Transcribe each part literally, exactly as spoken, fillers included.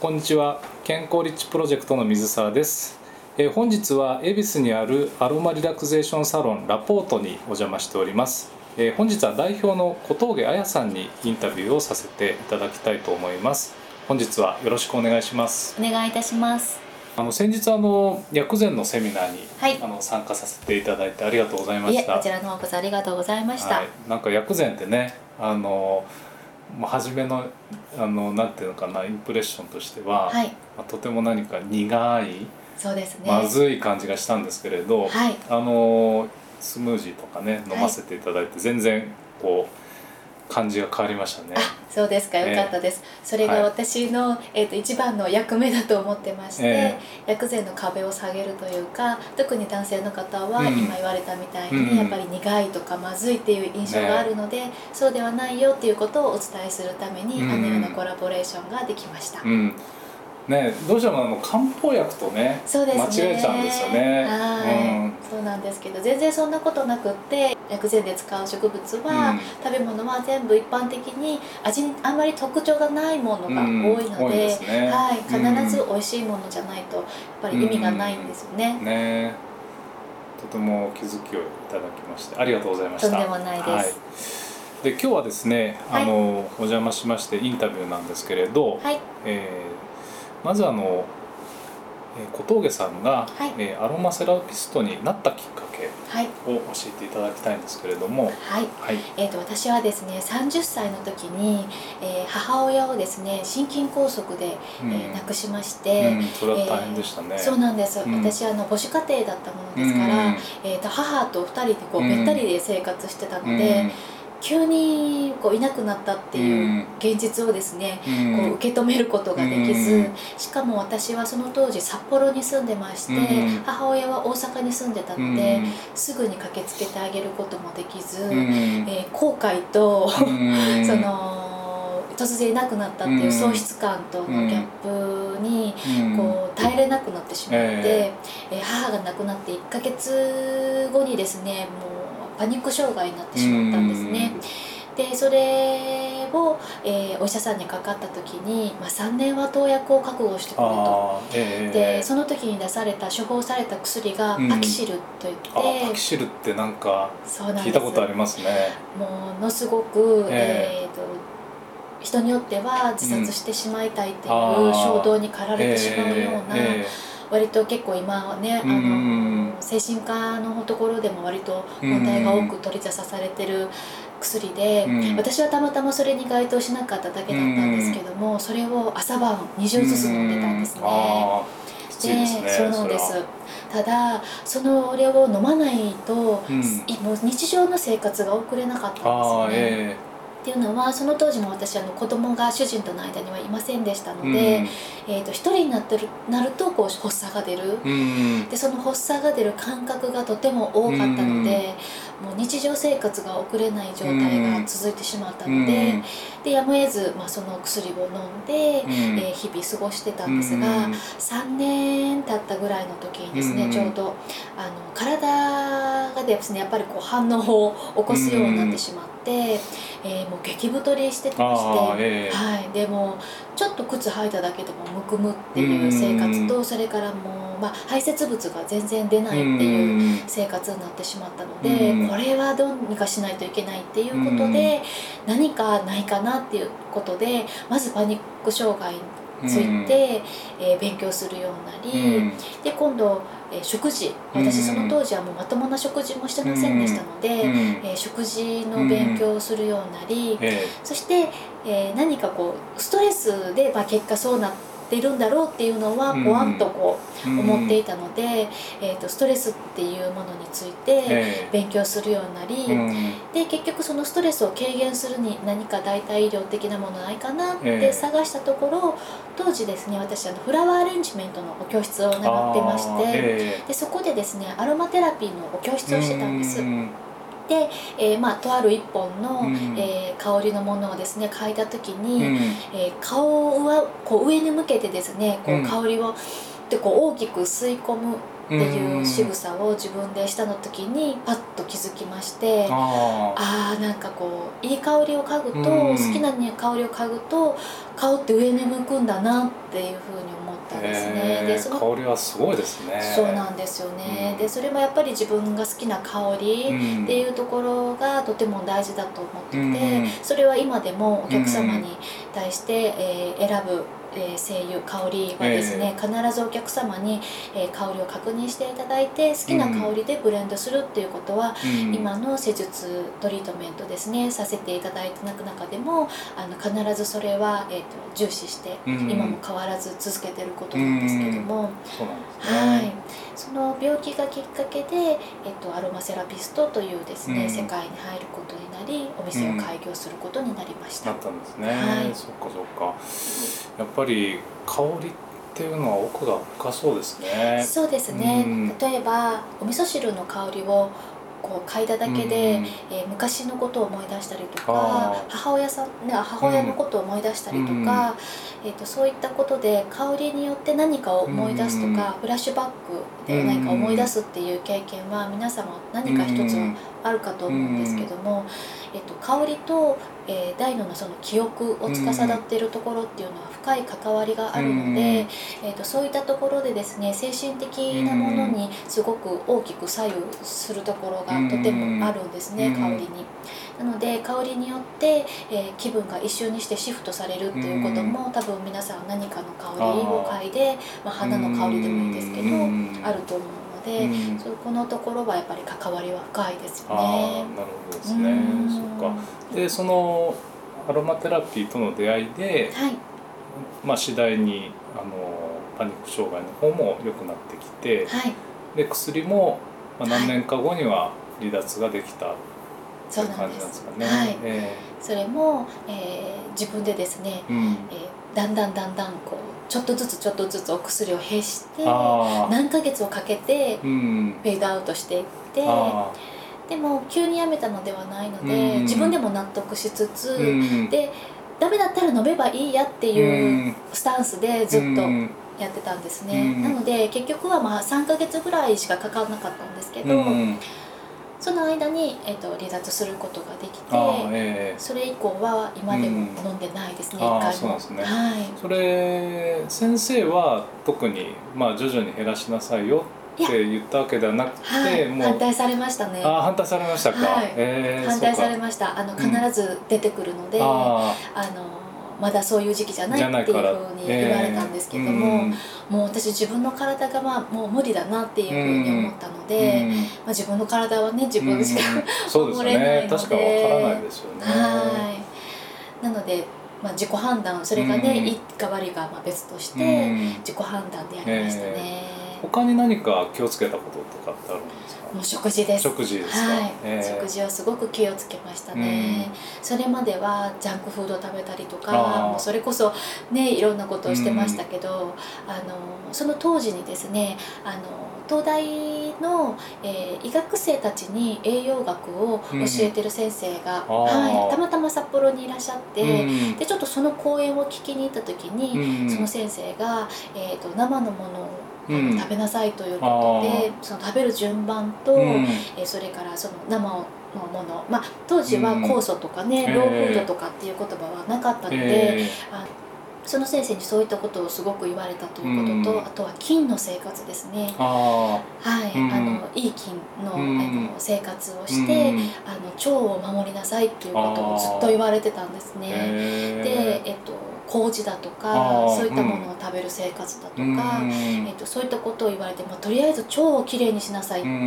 こんにちは。健康リッチプロジェクトの水沢です。えー、本日は恵比寿にあるアロマリラクゼーションサロンラポートにお邪魔しております。えー、本日は代表の小峠彩さんにインタビューをさせていただきたいと思います。本日はよろしくお願いします。 お願いいたします。 あの先日あの薬膳のセミナーに、 はい、 あの参加させていただいてありがとうございました。 いえ、こちらの方こそありがとうございました。 はい、なんか薬膳ってね、あの初めのあのなんていうのかなインプレッションとしては、 はい、 まあ、とても何か苦い、 そうですね、 まずい感じがしたんですけれど、 はい、 あのスムージーとかね飲ませていただいて全然こう感じが変わりましたね。 あ、そうですか、よかったです。えー、それが私の、はい、えーと一番の役目だと思ってまして、えー、薬膳の壁を下げるというか、特に男性の方は今言われたみたいに、うん、やっぱり苦いとかまずいっていう印象があるので、ね、そうではないよっていうことをお伝えするために、うん、あのようなコラボレーションができました。 うんね、どうしてもあの漢方薬とね、そうですね、間違えちゃうんですよね。 はい、うん、そうなんですけど、全然そんなことなくって、薬膳で使う植物は、うん、食べ物は全部一般的に味にあんまり特徴がないものが多いので、うんね、はい、必ず美味しいものじゃないとやっぱり意味がないんですよね。 うん、ね、とても気づきをいただきましてありがとうございました。 とんでもないです。 はい、で今日はですね、あの、はい、お邪魔しましてインタビューなんですけれど、はい、えーまずあの小峠さんが、はい、えー、アロマセラピストになったきっかけを教えていただきたいんですけれども、 はいはい、えー、と私はですねさんじゅっさいの時に、えー、母親をですね心筋梗塞で、うん、えー、亡くしまして、 うん、それは大変でしたね。 えー、そうなんです、うん、私あの母子家庭だったものですから、うん、えー、と母とふたりでこうべったりで生活してたので、うん、急にこういなくなったっていう現実をですね、うん、こう受け止めることができず、うん、しかも私はその当時札幌に住んでまして、うん、母親は大阪に住んでたので、うん、すぐに駆けつけてあげることもできず、うん、えー、後悔と、うん、その突然いなくなったっていう喪失感とのギャップにこう耐えれなくなってしまって、えー、母が亡くなっていっかげつごにですねもうパニック障害になってしまったんですね。でそれを、えー、お医者さんにかかった時に、まあ、さんねんは投薬を覚悟してくれと、えー、でその時に出された処方された薬がパキシルといって、 うん、パキシルってなんか聞いたことありますね。 ものすごく、えー、えーと人によっては自殺してしまいたいっていう衝動に駆られてしまうような、えーえー割と結構今はね、あの精神科のところでも割と問題が多く取り沙汰されてる薬で、私はたまたまそれに該当しなかっただけだったんですけども、それを朝晩にじゅうずつ飲んでたんですね。 で、 そうなんです。ただそのれを飲まないと、もう日常の生活が送れなかったんですよね。っていうのはその当時も私あの子供が主人との間にはいませんでしたので、うん、えー、と一人になってるなるとこう発作が出る、うん、でその発作が出る間隔がとても多かったので、うん、もう日常生活が送れない状態が続いてしまったので、うん、でやむを得ず、まあ、その薬を飲んで、うん、えー、日々過ごしてたんですが、うん、さんねん経ったぐらいの時にですね、うん、ちょうどあの体がですねやっぱりこう反応を起こすようになってしまって。でえー、もう激太りしてまして、えーはい、でもちょっと靴履いただけでもむくむっていう生活と、それからもう、まあ、排泄物が全然出ないっていう生活になってしまったので、これはどうにかしないといけないっていうことで、何かないかなっていうことでまずパニック障害について、えー、勉強するようになり、で今度えー、食事、私その当時はもうまともな食事もしてませんでしたので、うん、えー、食事の勉強をするようになり、うん、そして、えー、何かこうストレスで、まあ、結果そうなっているんだろうっていうのはぽわんとこう思っていたので、うん、えー、とストレスっていうものについて勉強するようになり、うん、で結局そのストレスを軽減するに何か代替医療的なものないかなって探したところ、当時ですね私あのフラワーアレンジメントのお教室を習ってまして、えー、でそこでですねアロマテラピーのお教室をしてたんです。で、えーまあ、とある一本の、うん、えー、香りのものをですね嗅いだ時に、うん、えー、顔はこう上に向けてですねこう香りをでこう大きく吸い込むっていう仕草を自分でしたの時にパッと気づきまして、ああなんかこういい香りを嗅ぐと、好きな香りを嗅ぐと顔って上に向くんだなっていうふうに思ったんですね。 でその香りはすごいですね。 そうなんですよね、うん、でそれもやっぱり自分が好きな香りっていうところがとても大事だと思ってて、うん、それは今でもお客様に対して、えー、選ぶえー、精油香りはですね、えー、必ずお客様に、えー、香りを確認していただいて好きな香りでブレンドするっていうことは、うん、今の施術トリートメントですねさせていただいていく中でもあの必ずそれは、えー、と重視して、うん、今も変わらず続けてることなんですけども、 そうなんですね。はい、 その病気がきっかけで、えー、とアロマセラピストというですね、うん、世界に入ることになりお店を開業することになりました。 なったんですね。はい、そっかそっか。やっぱり香りっていうのは奥が深そうですね。 そうですね、うん、例えばお味噌汁の香りをこう嗅いだだけで、うん、えー、昔のことを思い出したりとか母親さん、ね、母親のことを思い出したりとか、うん、えー、とそういったことで香りによって何かを思い出すとか、うん、フラッシュバックで何か思い出すっていう経験は皆様何か一つあるかと思うんですけども、えー、と香りと、えー、大脳のその記憶を司っているところっていうのは深い関わりがあるので、えー、とそういったところでですね精神的なものにすごく大きく左右するところがとてもあるんですね、香りに。なので香りによって、えー、気分が一瞬にしてシフトされるっていうことも多分皆さん何かの香りを嗅いで、まあ、花の香りでもいいですけどあると思うので、うん、そこのところはやっぱり関わりは深いですよね。 あ、なるほどですね。そっか。でそのアロマテラピーとの出会いで、はい、まあ、次第にあのパニック障害の方も良くなってきて、はい、で薬も、まあ、何年か後には離脱ができた、はい、という感じなんですかね。 はい、えー、それも、えー、自分でですね、うん、えー、だんだんだんだんこうちょっとずつちょっとずつお薬を減して何ヶ月をかけてフェードアウトしていって、うん、でも急にやめたのではないので、うん、自分でも納得しつつ、うん、でダメだったら飲めばいいやっていうスタンスでずっとやってたんですね、うん、なので結局はまあさんかげつぐらいしかかからなかったんですけど、うん、その間に、えー、と離脱することができて、えー、それ以降は今でも飲んでないですね、うん、いっかいも。 そうなんですね、はい、それ先生は特に、まあ、徐々に減らしなさいよって言ったわけではなくて、はい、もう反対されましたね。 あ、反対されましたか。はい、えー、 反対されました。あの必ず出てくるので、うん、ああのまだそういう時期じゃないっていうふうに言われたんですけども、えーうん、もう私自分の体がまあもう無理だなっていうふうに思ったので、うん、まあ、自分の体はね自分しか、うん、守れないので、 確かわからないですよね。 はい、なので、まあ、自己判断、それがね、うん、いいか悪いかは別として、うん、自己判断でやりましたね。 えー、他に何か気をつけたこととかってあるんですか？ もう食事です。 食事ですか。 はい、 えー、 食事をすごく気をつけましたね、うん、それまではジャンクフードを食べたりとか、もうそれこそねいろんなことをしてましたけど、うん、あのその当時にですね、あの東大の、えー、医学生たちに栄養学を教えてる先生が、うん、はい、たまたま札幌にいらっしゃって、うん、でちょっとその講演を聞きに行った時に、うん、その先生が、えーと、生のものをうん、食べなさいということで、その食べる順番と、うん、えそれからその生のもの、まあ、当時は酵素とかね、うん、ローフードとかっていう言葉はなかったので、えー、あその先生にそういったことをすごごく言われたということと、うん、あとは菌の生活ですね。はい、うん、あのいい菌の、うん、あの生活をして、うん、あの腸を守りなさいっていうことをずっと言われてたんですね。で、えっと麹だとかそういったものを食べる生活だとか、うん、えっと、そういったことを言われて、まあ、とりあえず腸をきれいにしなさいって、うん、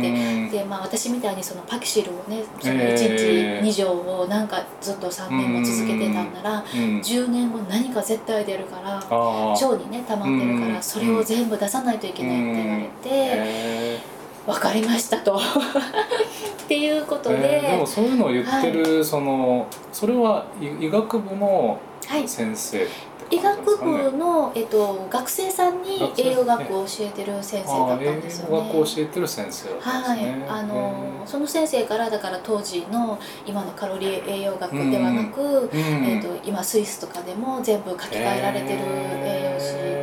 で、まあ、私みたいにそのパキシルをねそのいちにちに錠をなんかずっとさんねんも続けてたんなら、うん、じゅうねんご何か絶対出るから腸にね溜まってるからそれを全部出さないといけないって言われて、分かりましたとっていうことで、 えー、でもそういうのを言ってる、はい、そのそれは医学部の先生、はい、 医学部の、えっと、学生さんに栄養学を教えてる先生だったんですよね。 栄養学を教えてる先生だったんですね。 はい、あのその先生からだから当時の今のカロリー栄養学ではなく、うん、えっと、今スイスとかでも全部書き換えられてる栄養士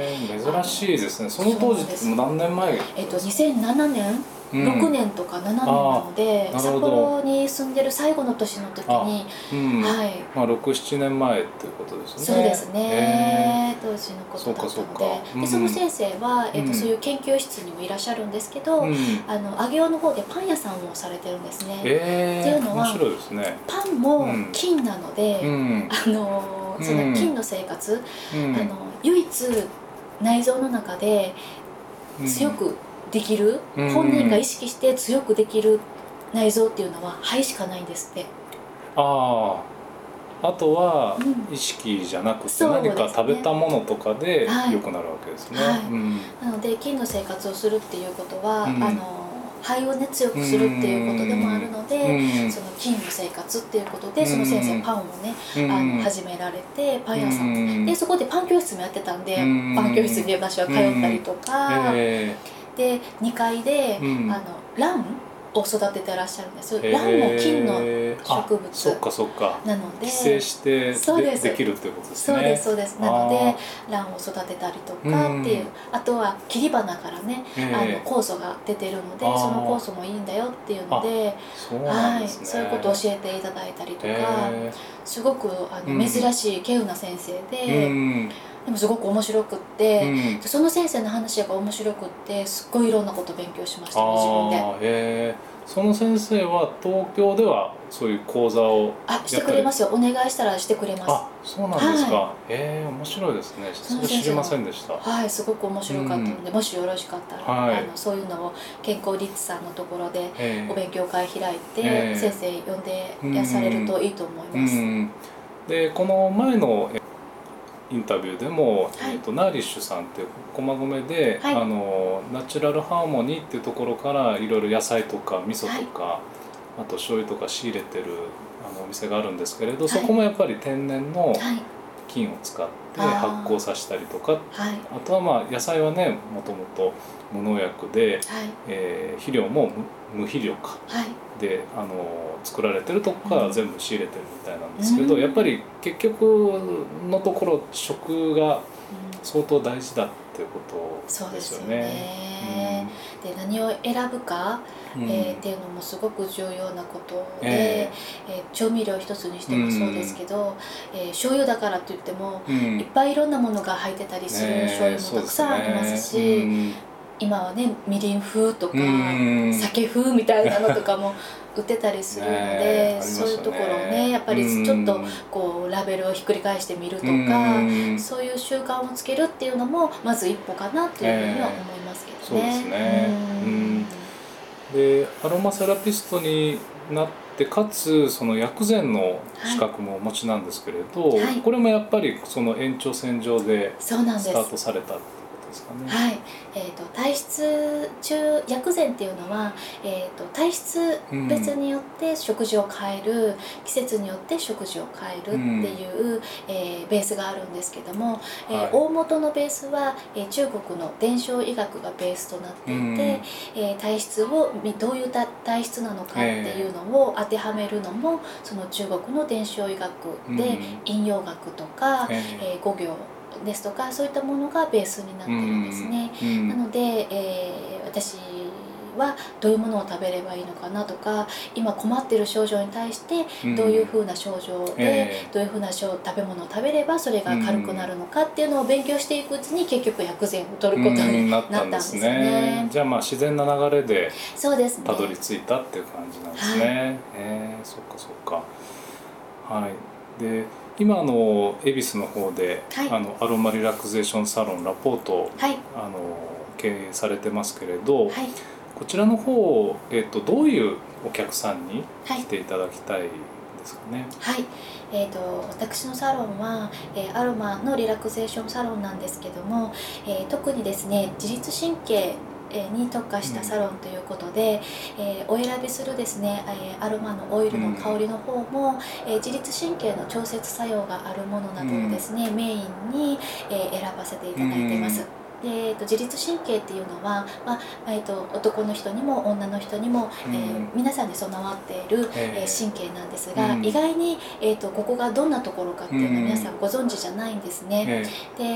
珍しいですね。その当時って何年前？ えっとにせんななねん、うん、ろくねんとかななねんなので、札幌に住んでる最後の年の時に、 うん、 はい、 まあろく、ななねんまえっていうことですね。 そうですね、当時のことだったので、うん、でその先生は、えーとうん、そういう研究室にもいらっしゃるんですけど、うん、あの上尾の方でパン屋さんをされてるんですね。 えー、 っていうのは面白いですね。 パンも金なので、うん、あのその金の生活、うん、あの唯一内臓の中で強くできる、うん、本人が意識して強くできる内臓っていうのは肺しかないんですって。 ああ、あとは意識じゃなくて何か食べたものとかで良くなるわけですね。はいはい、うん、 なので菌の生活をするっていうことは、うん、あの肺をね強くするっていうことでもあるので、うん、その菌の生活っていうことでその先生パンをね、うん、あの始められてパン屋さん、うん、でそこでパン教室もやってたんで、うん、パン教室に私は通ったりとか、うんえー、でにかいで、うん、あのランを育ててらっしゃるんです。ランも菌の植物そっかそっかなので寄生してでできるっていうことですね。 そうですそうです。なのでランを育てたりとかっていう、うん、あとは切り花からね、あの酵素が出てるのでその酵素もいいんだよっていうので、 そうなんですね、 はい、そういうことを教えていただいたりとか、すごくあの、うん、珍しい稀有な先生で。うんでもすごく面白くって、うん、その先生の話が面白くってすっごいいろんなこと勉強しましたね、自分で。 へー、その先生は東京ではそういう講座をあしてくれますよ。お願いしたらしてくれます。 あ、そうなんですか。はい、へえ、面白いですね。それ知りませんでした。 はい、すごく面白かったので、うん、もしよろしかったら、はい、あのそういうのを健康リッチさんのところでお勉強会開いて先生呼んでやされるといいと思います。うんうん、 でこの前のインタビューでも、はい、えーとナーリッシュさんって駒込で、はい、あのナチュラルハーモニーっていうところからいろいろ野菜とか味噌とか、はい、あと醤油とか仕入れてるあのお店があるるんですけれど、はい、そこもやっぱり天然の菌を使って発酵させたりとか、はい、あとはまあ野菜はねもともと無農薬で、はいえー、肥料も 無, 無肥料か、はい、であの作られてるとこから全部仕入れてるみたいなんですけど、うん、やっぱり結局のところ食が相当大事だっていうことですよね。そうですよね、 うん、で何を選ぶか、うんえー、っていうのもすごく重要なことで、えーえー、調味料一つにしてもそうですけど、うんえー、醤油だからといっても、うん、いっぱいいろんなものが入ってたりする醤油もたくさんありますし、ねうん今はねみりん風とか酒風みたいなのとかも売ってたりするので、ね、そういうところをねやっぱりちょっとこうラベルをひっくり返してみるとかそういう習慣をつけるっていうのもまず一歩かなというふうには思いますけどね。 そうですね。うんでアロマセラピストになってかつその薬膳の資格もお持ちなんですけれど、はい、これもやっぱりその延長線上でスタートされた。 はい、えーと、体質中薬膳っていうのは、えーと、体質別によって食事を変える、うん、季節によって食事を変えるっていう、うんえー、ベースがあるんですけども、えーはい、大元のベースは、えー、中国の伝承医学がベースとなっていて、うんえー、体質をどういう体質なのかっていうのを当てはめるのもその中国の伝承医学で、うん、陰陽学とか、えーえー、五行ですとかそういったものがベースになってるんですね、うんうん、なので、えー、私はどういうものを食べればいいのかなとか今困っている症状に対してどういうふうな症状で、えー、どういうふうな食べ物を食べればそれが軽くなるのかっていうのを勉強していくうちに結局薬膳を取ることになったんですね。 ねじゃあまあ自然な流れでそうですねたどり着いたっていう感じなんですね。はい、えー、そっかそっか。はいで今の恵比寿の方で、はい、あのアロマリラクゼーションサロンラポートを、はい、あの経営されてますけれど、はい、こちらの方、えーと、どういうお客さんに来ていただきたいですかね。 はい、えーと、私のサロンは、えー、アロマのリラクゼーションサロンなんですけども、えー、特にですね自律神経に特化したサロンということで、うんえー、お選びするですね、えー、アロマのオイルの香りの方も、うんえー、自律神経の調節作用があるものなどをですね、うん、メインに、えー、選ばせていただいています。うんでえー、と自律神経っていうのは、まあえー、と男の人にも女の人にも、うんえー、皆さんで備わっている、えー、神経なんですが、うん、意外に、えー、とここがどんなところかっていうのは皆さんご存知じゃないんですね。で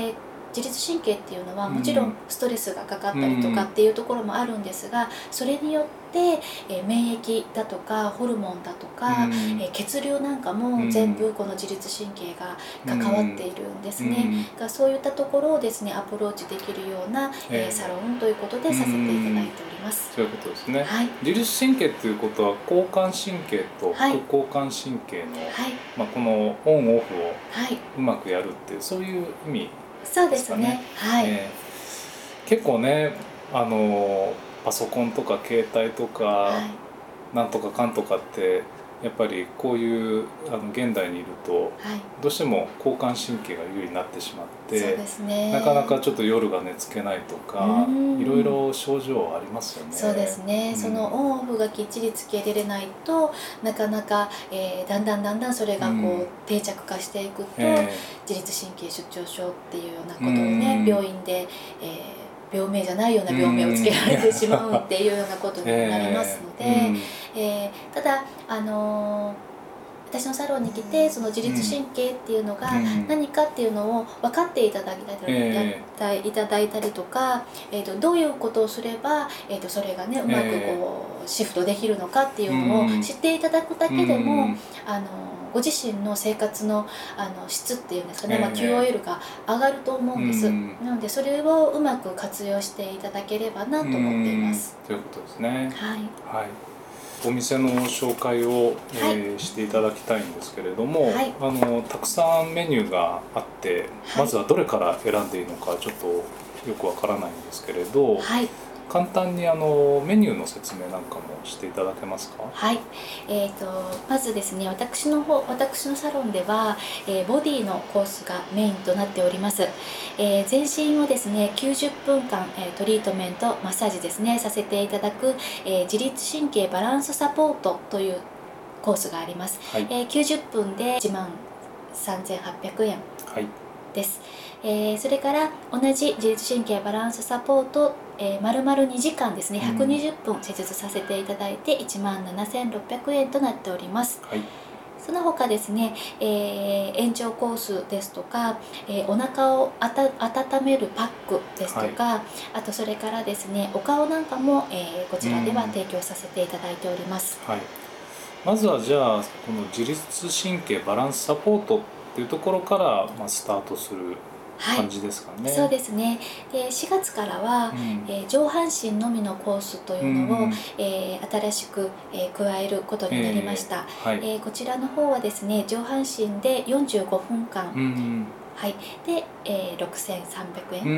自律神経っていうのはもちろんストレスがかかったりとかっていうところもあるんですが、それによって、えー、免疫だとかホルモンだとか、うんえー、血流なんかも全部この自律神経が関わっているんですね、うん、がそういったところをですねアプローチできるような、えー、サロンということでさせていただいております。 そういうことですね、 はい、 自律神経っていうことは交感神経と副交感神経の、はいまあ、このオンオフをうまくやるっていう、そういう意味ですかね。 そうですね、はいえー、結構ねあのパソコンとか携帯とか、はい、なんとかかんとかってやっぱりこういうあの現代にいると、はい、どうしても交感神経が優位になってしまって、 そうですね、 なかなかちょっと夜が寝つけないとかいろいろ症状ありますよね。 そうですね、うん、そのオンオフがきっちりつけれないとなかなか、えー、だんだんだんだんそれがこう、うん、定着化していくと、えー、自律神経失調症っていうようなことをね、うん、病院で、えー病名じゃないような病名をつけられてしまうっていうようなことになりますので、えーうんえー、ただ、あのー私のサロンに来てその自律神経っていうのが何かっていうのを分かっていただいたり、えー、いただいたりとか、えー、とどういうことをすれば、えー、とそれがねうまくこうシフトできるのかっていうのを知っていただくだけでも、あのご自身の生活の、あの質っていうんですかね、まあ、キューオーエル が上がると思うんです。なのでそれをうまく活用していただければなと思っています。 ということですね。 はい、 はい、お店の紹介を、えーはい、していただきたいんですけれども、はい、あのたくさんメニューがあって、はい、まずはどれから選んでいいのかちょっとよくわからないんですけれど、はい、簡単にあのメニューの説明なんかもしていただけますか？ はい、えー、とまずですね、私の方私のサロンでは、えー、ボディのコースがメインとなっております。えー、全身をですねきゅうじゅっぷんかん、えー、トリートメントマッサージですねさせていただく、えー、自律神経バランスサポートというコースがあります。はい、えー、きゅうじゅっぷんでいちまんさんぜんはっぴゃくえんです。はい、えー、それから同じ自律神経バランスサポートえー、丸々にじかんですねひゃくにじゅっぷん施術させていただいていちまんななせんろっぴゃくえんとなっております。はい、その他ですね、えー、延長コースですとか、えー、お腹をあた温めるパックですとか、はい、あとそれからですねお顔なんかも、えー、こちらでは提供させていただいております。 はい、まずはじゃあこの自律神経バランスサポートっていうところから、まあ、スタートする感じですかね。 はい、そうですね。でしがつからは、うん、えー、上半身のみのコースというのを、うん、えー、新しく、えー、加えることになりました。えーはい、えー、こちらの方はですね上半身でよんじゅうごふんかん、うん、はい、で、えー、ろくせんさんびゃくえん、うん、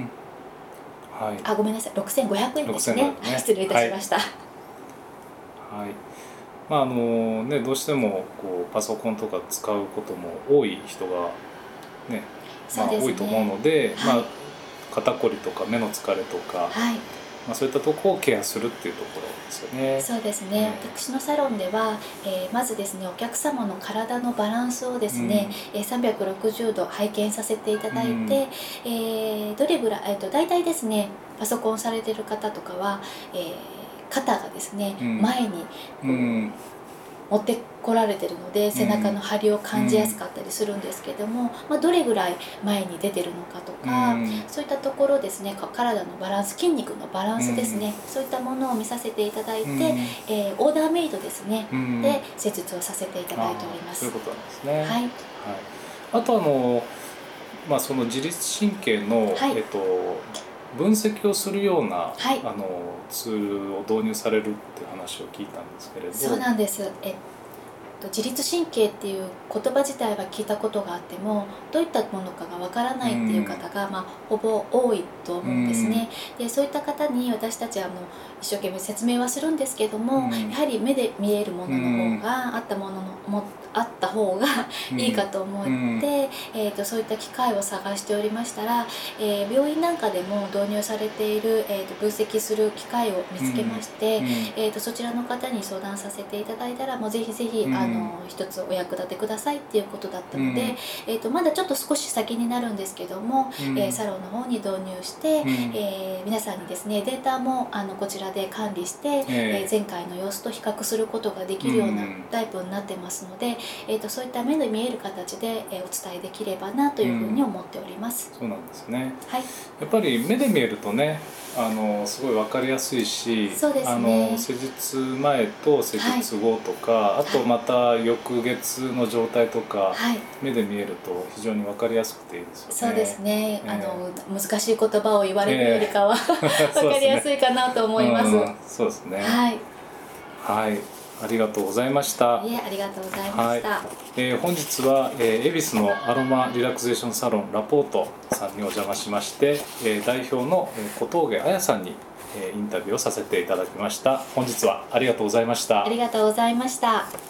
はい、あごめんなさいろくせんごひゃくえんですね。ね失礼いたしました。はい、 はい、まああのね、どうしてもこうパソコンとか使うことも多い人がねまあ、多いと思うので、はい、まあ、肩こりとか目の疲れとか、はい、まあ、そういったところをケアするっていうところですよね。 そうですね、ね、私のサロンでは、えー、まずですねお客様の体のバランスをですね、うん、さんびゃくろくじゅうど拝見させていただいて、うん、えー、どれぐらい、えー、と大体ですねパソコンされてる方とかは、えー、肩がですね、うん、前にこう、うん持ってこられてるので背中の張りを感じやすかったりするんですけども、うん、まあ、どれぐらい前に出てるのかとか、うん、そういったところですね体のバランス筋肉のバランスですね、うん、そういったものを見させていただいて、うん、えー、オーダーメイドですね、うん、で施術をさせていただいております。 そういうことなんですね。はい、はい、 あとあの、まあ、その自律神経の、はい、えっと分析をするような、はい、あのツールを導入されるって話を聞いたんですけれど。 そうなんです。え自律神経っていう言葉自体は聞いたことがあってもどういったものかがわからないっていう方が、まあ、ほぼ多いと思うんですね。でそういった方に私たちはあの一生懸命説明はするんですけども、やはり目で見えるものの方があったもののもあった方がいいかと思って、えー、とそういった機会を探しておりましたら、えー、病院なんかでも導入されている、えー、と分析する機会を見つけまして、えー、とそちらの方に相談させていただいたらもうぜひぜひあの一つお役立てくださいっていうことだったので、うん、えー、とまだちょっと少し先になるんですけども、うん、えー、サロンの方に導入して、うん、えー、皆さんにですねデータもあのこちらで管理して、えー、前回の様子と比較することができるようなタイプになってますので、 えー、とそういった目で見える形で、えー、お伝えできればなというふうに思っております、 うん、そうなんですね、 はい、 やっぱり目で見えるとねあのすごい分かりやすいし、 そうですね、 あの施術前と施術後とか、はい、あとまた翌月の状態とか、はい、目で見えると非常に分かりやすくていいですよね。 そうですね、 えー、 あの難しい言葉を言われるよりかは、えー、分かりやすいかなと思います。 そうですね、 はい、 はい、ありがとうございました。 いえ、ありがとうございました。はい、 えー、本日は、えー、恵比寿のアロマリラクゼーションサロンラポートさんにお邪魔しまして、えー、代表の、えー、小峠彩さんに、えー、インタビューをさせていただきました。本日はありがとうございました。 ありがとうございました。